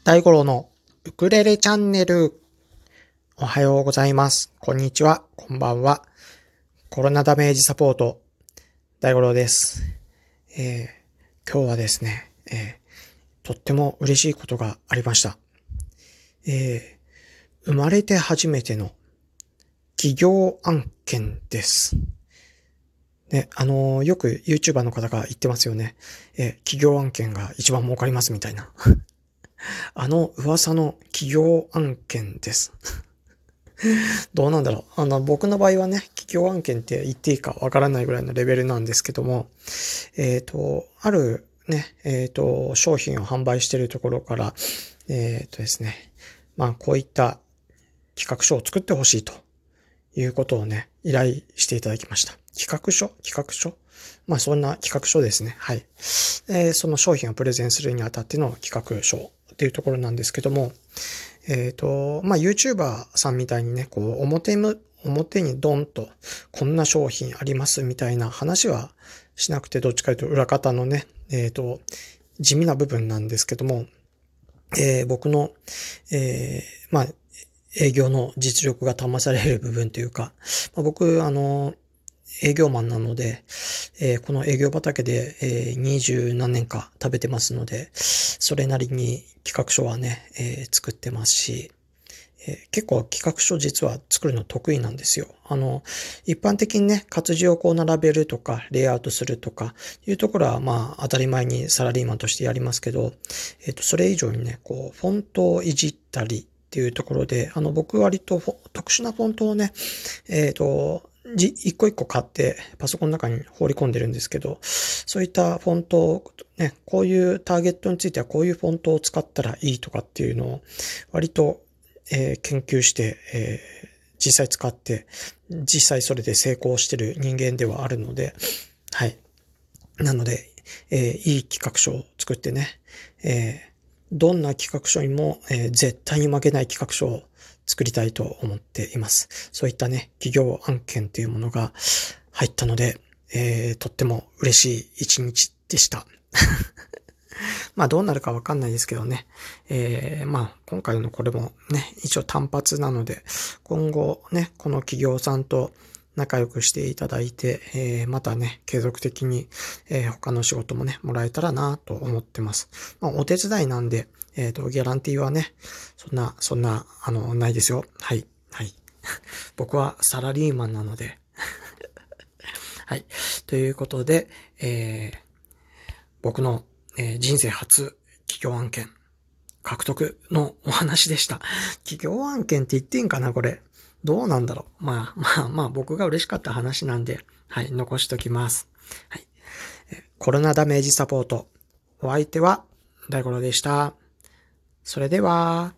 大五郎のウクレレチャンネル。おはようございます。こんにちは。こんばんは。コロナダメージサポート、大五郎です。今日はですね、とっても嬉しいことがありました。生まれて初めての起業案件です。ね、よく YouTuber の方が言ってますよね。起業案件が一番儲かりますみたいな。噂の起業案件です。どうなんだろう。僕の場合はね、起業案件って言っていいかわからないぐらいのレベルなんですけども、あるね、商品を販売しているところから、ですね、こういった企画書を作ってほしいということをね、依頼していただきました。企画書そんな企画書ですね。はい。その商品をプレゼンするにあたっての企画書っていうところなんですけども、YouTuber さんみたいにね、こう、表にドンと、こんな商品ありますみたいな話はしなくて、どっちかというと裏方のね、地味な部分なんですけども、僕の、営業の実力が試される部分というか、僕、営業マンなので、この営業畑で、20何年か食べてますので、それなりに企画書はね、作ってますし、結構企画書実は作るの得意なんですよ。一般的にね、活字をこう並べるとか、レイアウトするとか、いうところは当たり前にサラリーマンとしてやりますけど、それ以上にね、こう、フォントをいじったりっていうところで、僕割と特殊なフォントをね、一個一個買ってパソコンの中に放り込んでるんですけど、そういったフォントをね、こういうターゲットについてはこういうフォントを使ったらいいとかっていうのを割と研究して、実際使って、実際それで成功してる人間ではあるので、はい。なので、いい企画書を作ってね、どんな企画書にも、絶対に負けない企画書を作りたいと思っています。そういったね、企業案件というものが入ったので、とっても嬉しい一日でした。どうなるかわかんないですけどね。今回のこれもね、一応単発なので、今後ね、この企業さんと仲良くしていただいて、またね、継続的に、他の仕事もね、もらえたらなと思ってます。お手伝いなんで、ギャランティーはね、そんな、ないですよ。はい。はい。僕はサラリーマンなので。はい。ということで、僕の人生初企業案件獲得のお話でした。企業案件って言っていいんかなこれ。どうなんだろう。僕が嬉しかった話なんで、はい、残しときます。はい。コロナダメージサポート。お相手は大五郎でした。それでは、